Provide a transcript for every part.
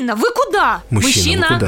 Мужчина, вы куда? Мужчина, вы куда?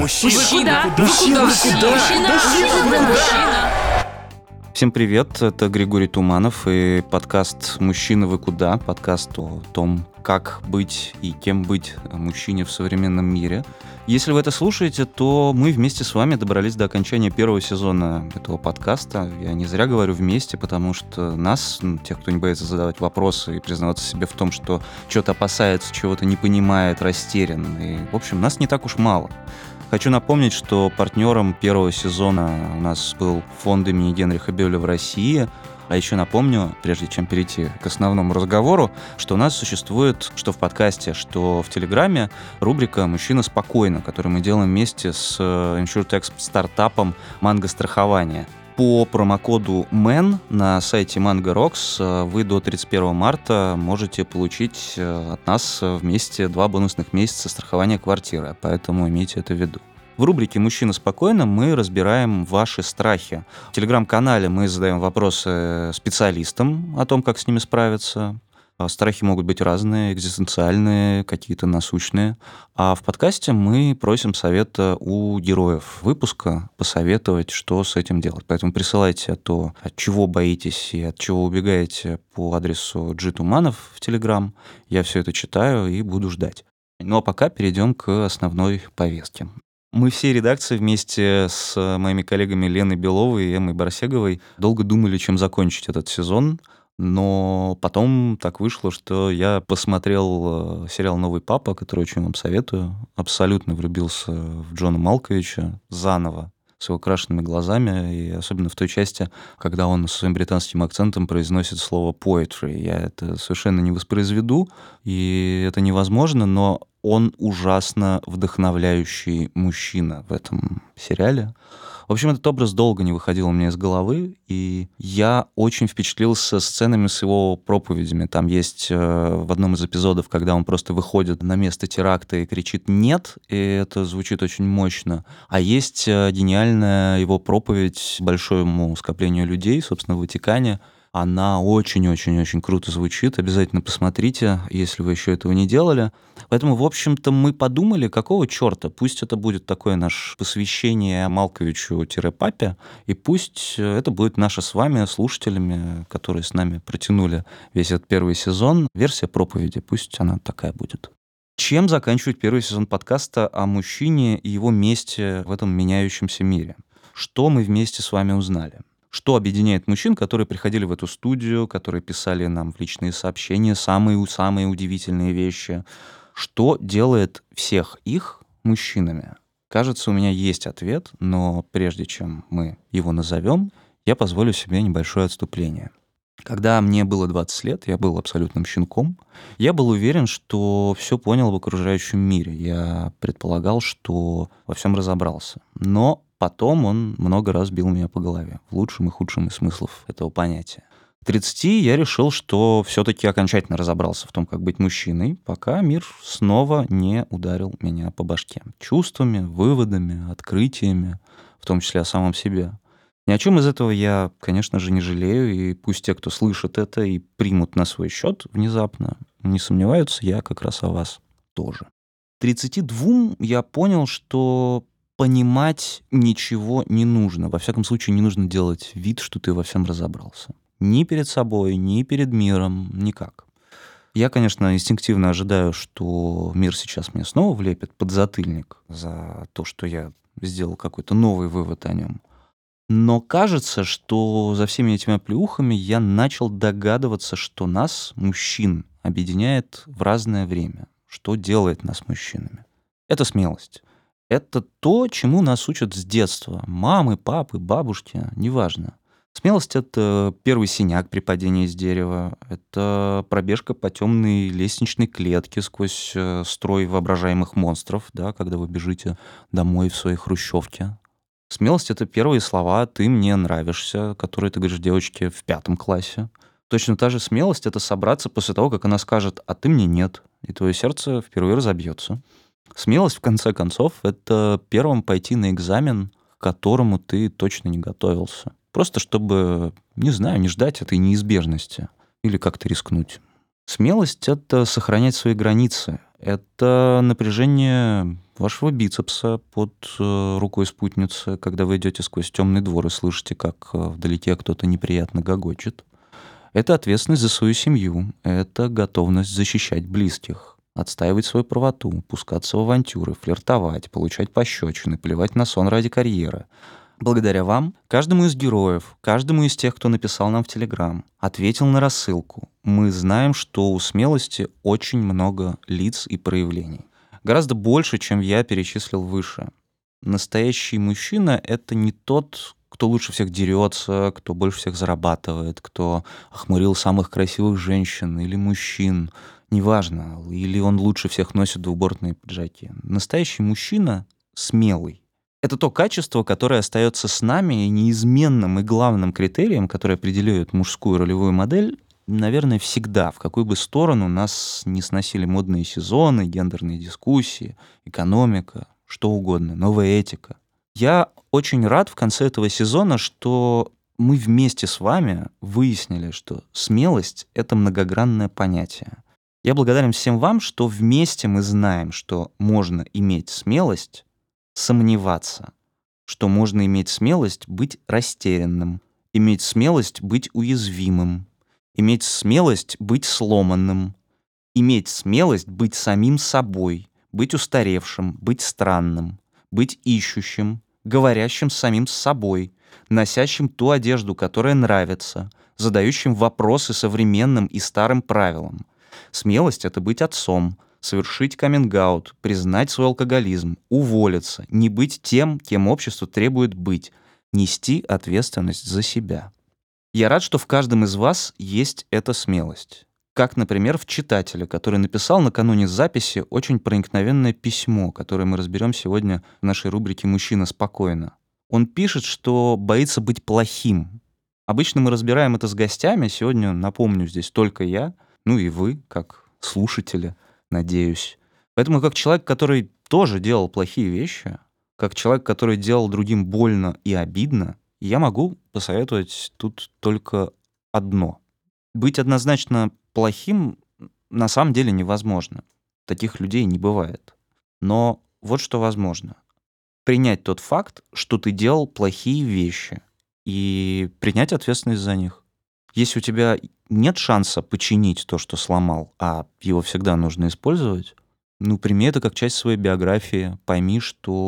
Мужчина. Всем привет, это Григорий Туманов и подкаст «Мужчина, вы куда?», подкаст о том, как быть и кем быть мужчине в современном мире. Если вы это слушаете, то мы вместе с вами добрались до окончания первого сезона этого подкаста. Я не зря говорю «вместе», потому что нас, тех, кто не боится задавать вопросы и признаваться себе в том, что что-то опасается, чего-то не понимает, растерян. И, в общем, нас не так уж мало. Хочу напомнить, что партнером первого сезона у нас был фонд имени Генриха Бёля в России. А еще напомню, прежде чем перейти к основному разговору, что у нас существует, что в подкасте, что в Телеграме, рубрика «Мужчина спокойно», которую мы делаем вместе с InsurTech стартапом «Манго страхование». По промокоду MAN на сайте Mango Rocks вы до 31 марта можете получить от нас вместе 2 бонусных месяца страхования квартиры, поэтому имейте это в виду. В рубрике «Мужчина спокойно» мы разбираем ваши страхи. В Телеграм-канале мы задаем вопросы специалистам о том, как с ними справиться. Страхи могут быть разные, экзистенциальные, какие-то насущные. А в подкасте мы просим совета у героев выпуска посоветовать, что с этим делать. Поэтому присылайте то, от чего боитесь и от чего убегаете, по адресу gtumanov в Телеграм. Я все это читаю и буду ждать. Ну а пока перейдем к основной повестке. Мы всей редакции вместе с моими коллегами Леной Беловой и Эммой Барсеговой долго думали, чем закончить этот сезон. Но потом так вышло, что я посмотрел сериал «Новый папа», который очень вам советую. Абсолютно влюбился в Джона Малковича заново, с его крашенными глазами, и особенно в той части, когда он со своим британским акцентом произносит слово «poetry». Я это совершенно не воспроизведу, и это невозможно, но он ужасно вдохновляющий мужчина в этом сериале. В общем, этот образ долго не выходил у меня из головы, и я очень впечатлился сценами с его проповедями. Там есть в одном из эпизодов, когда он просто выходит на место теракта и кричит «нет», и это звучит очень мощно. А есть гениальная его проповедь большому скоплению людей, собственно, в Ватикане. Она очень-очень-очень круто звучит. Обязательно посмотрите, если вы еще этого не делали. Поэтому, в общем-то, мы подумали, какого черта. Пусть это будет такое наше посвящение Малковичу-папе, и пусть это будет наше с вами, слушателями, которые с нами протянули весь этот первый сезон, версия проповеди. Пусть она такая будет. Чем заканчивать первый сезон подкаста о мужчине и его месте в этом меняющемся мире? Что мы вместе с вами узнали? Что объединяет мужчин, которые приходили в эту студию, которые писали нам в личные сообщения самые удивительные вещи? Что делает всех их мужчинами? Кажется, у меня есть ответ, но прежде чем мы его назовем, я позволю себе небольшое отступление. Когда мне было 20 лет, я был абсолютным щенком, я был уверен, что все понял в окружающем мире. Я предполагал, что во всем разобрался. Но потом он много раз бил меня по голове, в лучшем и худшем из смыслов этого понятия. К 30 я решил, что все-таки окончательно разобрался в том, как быть мужчиной, пока мир снова не ударил меня по башке. Чувствами, выводами, открытиями, в том числе о самом себе. Ни о чем из этого я, конечно же, не жалею, и пусть те, кто слышит это и примут на свой счет внезапно, не сомневаются, я как раз о вас тоже. К 32 я понял, что понимать ничего не нужно. Во всяком случае, не нужно делать вид, что ты во всем разобрался. Ни перед собой, ни перед миром, никак. Я, конечно, инстинктивно ожидаю, что мир сейчас мне снова влепит подзатыльник за то, что я сделал какой-то новый вывод о нем. Но кажется, что за всеми этими оплеухами я начал догадываться, что нас, мужчин, объединяет в разное время. Что делает нас мужчинами? Это смелость. Это то, чему нас учат с детства. Мамы, папы, бабушки, неважно. Смелость — это первый синяк при падении с дерева, это пробежка по темной лестничной клетке сквозь строй воображаемых монстров, да, когда вы бежите домой в своей хрущевке. Смелость — это первые слова «ты мне нравишься», которые ты говоришь девочке в 5 классе. Точно та же смелость — это собраться после того, как она скажет «а ты мне нет», и твое сердце впервые разобьется. Смелость, в конце концов, это первым пойти на экзамен, к которому ты точно не готовился. Просто чтобы, не знаю, не ждать этой неизбежности или как-то рискнуть. Смелость — это сохранять свои границы. Это напряжение вашего бицепса под рукой спутницы, когда вы идете сквозь темный двор и слышите, как вдалеке кто-то неприятно гогочет. Это ответственность за свою семью, это готовность защищать близких, отстаивать свою правоту, пускаться в авантюры, флиртовать, получать пощечины, плевать на сон ради карьеры. Благодаря вам, каждому из героев, каждому из тех, кто написал нам в Телеграм, ответил на рассылку, мы знаем, что у смелости очень много лиц и проявлений. Гораздо больше, чем я перечислил выше. Настоящий мужчина — это не тот, кто лучше всех дерется, кто больше всех зарабатывает, кто охмурил самых красивых женщин или мужчин, неважно, или он лучше всех носит двубортные пиджаки. Настоящий мужчина смелый. Это то качество, которое остается с нами, и неизменным и главным критерием, который определяет мужскую ролевую модель, наверное, всегда, в какую бы сторону нас не сносили модные сезоны, гендерные дискуссии, экономика, что угодно, новая этика. Я очень рад в конце этого сезона, что мы вместе с вами выяснили, что смелость — это многогранное понятие. Я благодарен всем вам, что вместе мы знаем, что можно иметь смелость сомневаться, что можно иметь смелость быть растерянным, иметь смелость быть уязвимым, иметь смелость быть сломанным, иметь смелость быть самим собой, быть устаревшим, быть странным, быть ищущим, говорящим самим с собой, носящим ту одежду, которая нравится, задающим вопросы современным и старым правилам. Смелость — это быть отцом, совершить каминг-аут, признать свой алкоголизм, уволиться, не быть тем, кем общество требует быть, нести ответственность за себя. Я рад, что в каждом из вас есть эта смелость. Как, например, в читателе, который написал накануне записи очень проникновенное письмо, которое мы разберем сегодня в нашей рубрике «Мужчина спокойно». Он пишет, что боится быть плохим. Обычно мы разбираем это с гостями, сегодня, напомню, здесь только я, ну и вы, как слушатели, надеюсь. Поэтому как человек, который тоже делал плохие вещи, как человек, который делал другим больно и обидно, я могу посоветовать тут только одно. Быть однозначно плохим на самом деле невозможно. Таких людей не бывает. Но вот что возможно. Принять тот факт, что ты делал плохие вещи, и принять ответственность за них. Если у тебя нет шанса починить то, что сломал, а его всегда нужно использовать, прими это как часть своей биографии. Пойми,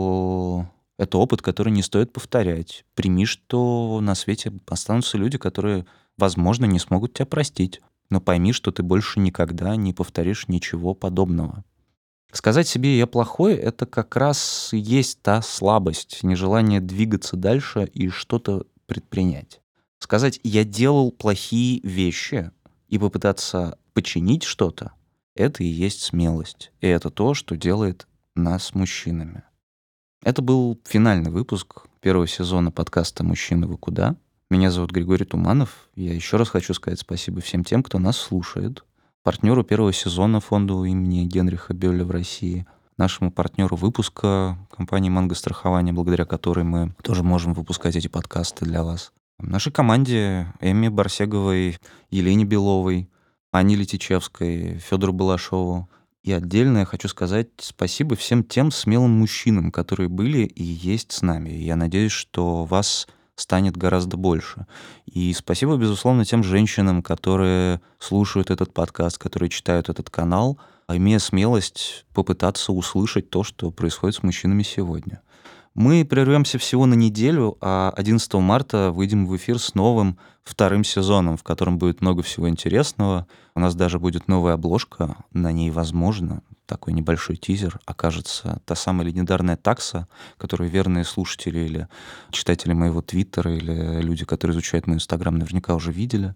что это опыт, который не стоит повторять. Прими, что на свете останутся люди, которые, возможно, не смогут тебя простить. Но пойми, что ты больше никогда не повторишь ничего подобного. Сказать себе «я плохой» — это как раз и есть та слабость, нежелание двигаться дальше и что-то предпринять. Сказать «я делал плохие вещи» и попытаться починить что-то — это и есть смелость. И это то, что делает нас мужчинами. Это был финальный выпуск первого сезона подкаста «Мужчина, вы куда?». Меня зовут Григорий Туманов. Я еще раз хочу сказать спасибо всем тем, кто нас слушает. Партнеру первого сезона фонду имени Генриха Бёля в России, нашему партнеру выпуска компании «Манго Страхование», благодаря которой мы тоже можем выпускать эти подкасты для вас. Нашей команде Эмме Барсеговой, Елене Беловой, Ане Летичевской, Федору Балашову. И отдельно я хочу сказать спасибо всем тем смелым мужчинам, которые были и есть с нами. Я надеюсь, что вас станет гораздо больше. И спасибо, безусловно, тем женщинам, которые слушают этот подкаст, которые читают этот канал, имея смелость попытаться услышать то, что происходит с мужчинами сегодня. Мы прервемся всего на неделю, а 11 марта выйдем в эфир с новым вторым сезоном, в котором будет много всего интересного. У нас даже будет новая обложка, на ней, возможно, такой небольшой тизер, окажется та самая легендарная такса, которую верные слушатели или читатели моего твиттера, или люди, которые изучают мой инстаграм, наверняка уже видели.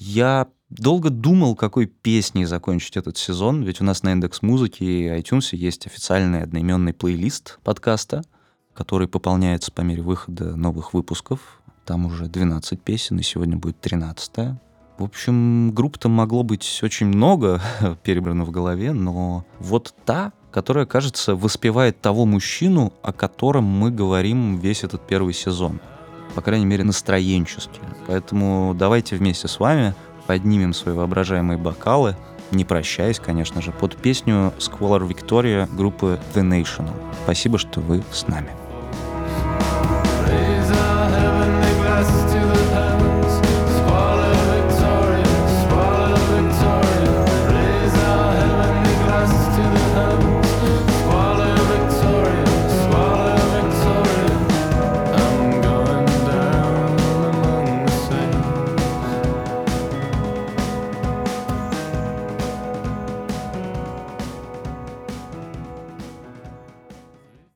Я долго думал, какой песней закончить этот сезон, ведь у нас на Яндекс.Музыке и iTunes есть официальный одноименный плейлист подкаста, который пополняется по мере выхода новых выпусков. Там уже 12 песен, и сегодня будет 13-я. В общем, групп-то могло быть очень много перебрано в голове, но вот та, которая, кажется, воспевает того мужчину, о котором мы говорим весь этот первый сезон. По крайней мере, настроенчески. Поэтому давайте вместе с вами поднимем свои воображаемые бокалы не прощаясь, конечно же, под песню Squalor Victoria группы The National. Спасибо, что вы с нами.